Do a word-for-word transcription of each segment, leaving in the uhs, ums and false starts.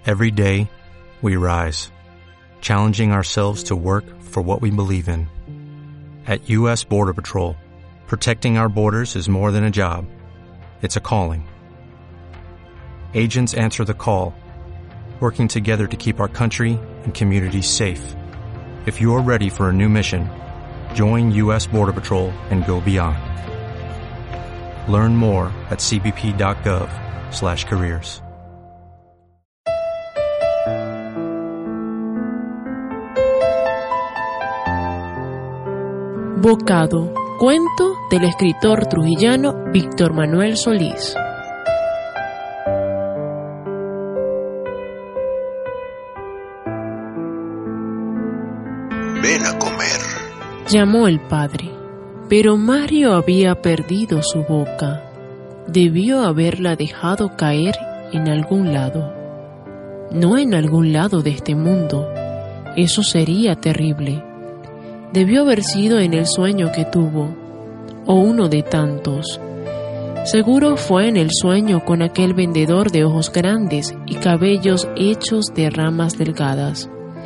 Every day, we rise, challenging ourselves to work for what we believe in. At U S Border Patrol, protecting our borders is more than a job. It's a calling. Agents answer the call, working together to keep our country and communities safe. If you are ready for a new mission, join U S Border Patrol and go beyond. Learn more at c b p dot gov slash careers. Bocado, cuento del escritor trujillano Víctor Manuel Solís. Ven a comer, llamó el padre, pero Mario había perdido su boca. Debió haberla dejado caer en algún lado. No en algún lado de este mundo. Eso sería terrible. Debió haber sido en el sueño que tuvo, o uno de tantos. Seguro fue en el sueño con aquel vendedor de ojos grandes y cabellos hechos de ramas delgadas.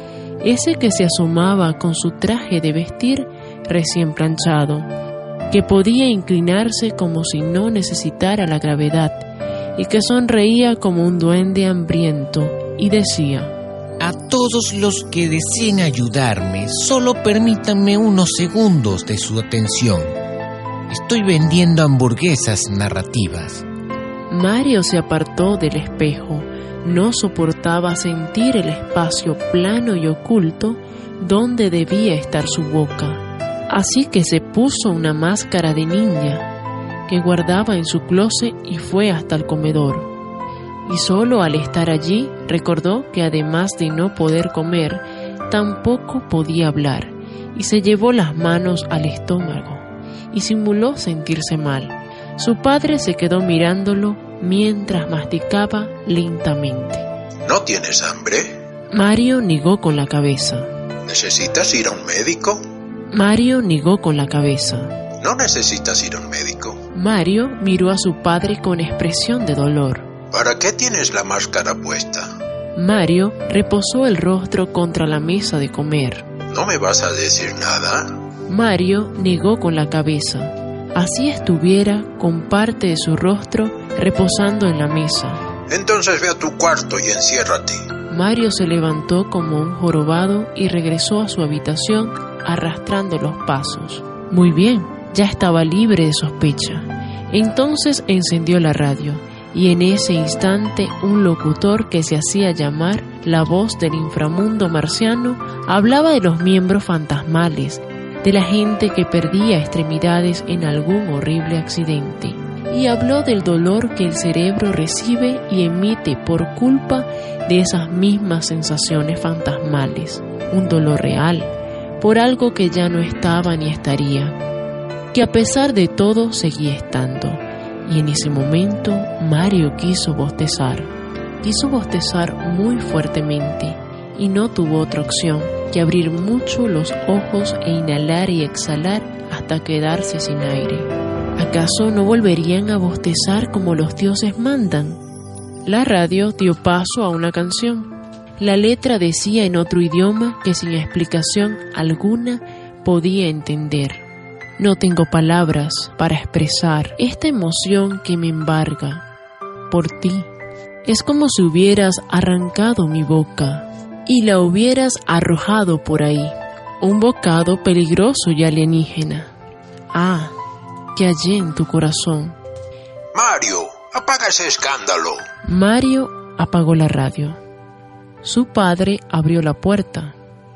Ese que se asomaba con su traje de vestir recién planchado, que podía inclinarse como si no necesitara la gravedad, y que sonreía como un duende hambriento, y decía: a todos los que deseen ayudarme, solo permítanme unos segundos de su atención. Estoy vendiendo hamburguesas narrativas. Mario se apartó del espejo. No soportaba sentir el espacio plano y oculto donde debía estar su boca. Así que se puso una máscara de ninja que guardaba en su closet y fue hasta el comedor. Y solo al estar allí recordó que además de no poder comer, tampoco podía hablar, y se llevó las manos al estómago y simuló sentirse mal. Su padre se quedó mirándolo mientras masticaba lentamente. ¿No tienes hambre? Mario negó con la cabeza. ¿Necesitas ir a un médico? Mario negó con la cabeza. ¿No necesitas ir a un médico? Mario miró a su padre con expresión de dolor. ¿Para qué tienes la máscara puesta? Mario reposó el rostro contra la mesa de comer. ¿No me vas a decir nada? Mario negó con la cabeza. Así estuviera con parte de su rostro reposando en la mesa. Entonces ve a tu cuarto y enciérrate. Mario se levantó como un jorobado y regresó a su habitación arrastrando los pasos. Muy bien, ya estaba libre de sospecha. Entonces encendió la radio. Y en ese instante un locutor que se hacía llamar la voz del inframundo marciano hablaba de los miembros fantasmales, de la gente que perdía extremidades en algún horrible accidente. Y habló del dolor que el cerebro recibe y emite por culpa de esas mismas sensaciones fantasmales. Un dolor real, por algo que ya no estaba ni estaría, que a pesar de todo seguía estando. Y en ese momento Mario quiso bostezar. Quiso bostezar muy fuertemente y no tuvo otra opción que abrir mucho los ojos e inhalar y exhalar hasta quedarse sin aire. ¿Acaso no volverían a bostezar como los dioses mandan? La radio dio paso a una canción. La letra decía en otro idioma que sin explicación alguna podía entender. No tengo palabras para expresar esta emoción que me embarga por ti. Es como si hubieras arrancado mi boca y la hubieras arrojado por ahí. Un bocado peligroso y alienígena. Ah, que hallé en tu corazón. Mario, apaga ese escándalo. Mario apagó la radio. Su padre abrió la puerta.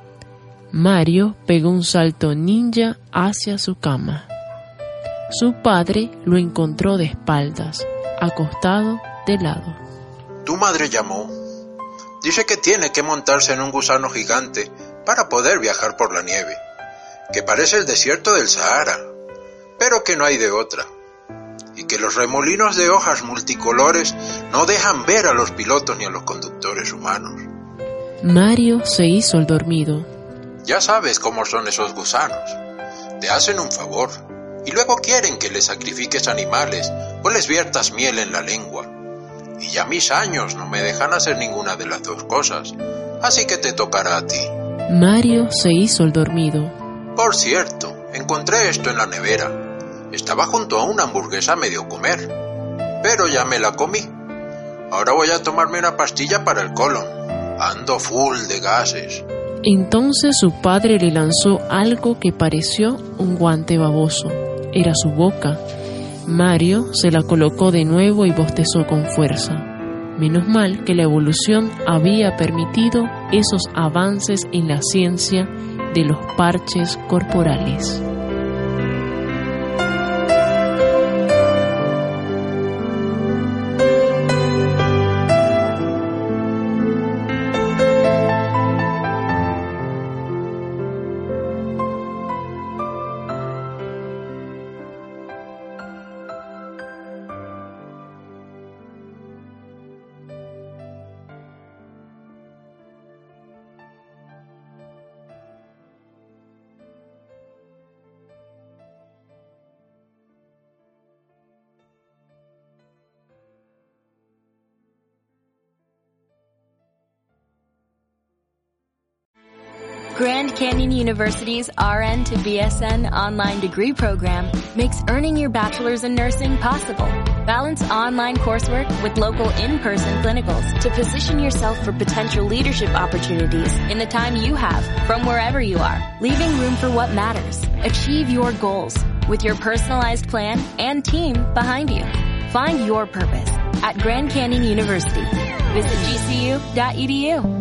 Mario pegó un salto ninja hacia su cama. Su padre lo encontró de espaldas, acostado de lado. Tu madre llamó. Dice que tiene que montarse en un gusano gigante para poder viajar por la nieve, que parece el desierto del Sahara, pero que no hay de otra, y que los remolinos de hojas multicolores no dejan ver a los pilotos ni a los conductores humanos. Mario se hizo el dormido. Ya sabes cómo son esos gusanos. Te hacen un favor y luego quieren que les sacrifiques animales o les viertas miel en la lengua. y ya mis años no me dejan hacer ninguna de las dos cosas, así que te tocará a ti. Mario se hizo el dormido. Por cierto, encontré esto en la nevera. Estaba junto a una hamburguesa a medio comer, pero ya me la comí. Ahora voy a tomarme una pastilla para el colon. Ando full de gases. Entonces su padre le lanzó algo que pareció un guante baboso. Era su boca. Mario se la colocó de nuevo y bostezó con fuerza. Menos mal que la evolución había permitido esos avances en la ciencia de los parches corporales. Grand Canyon University's R N to B S N online degree program makes earning your bachelor's in nursing possible. Balance online coursework with local in-person clinicals to position yourself for potential leadership opportunities in the time you have from wherever you are, leaving room for what matters. Achieve your goals with your personalized plan and team behind you. Find your purpose at Grand Canyon University. Visit G C U dot E D U.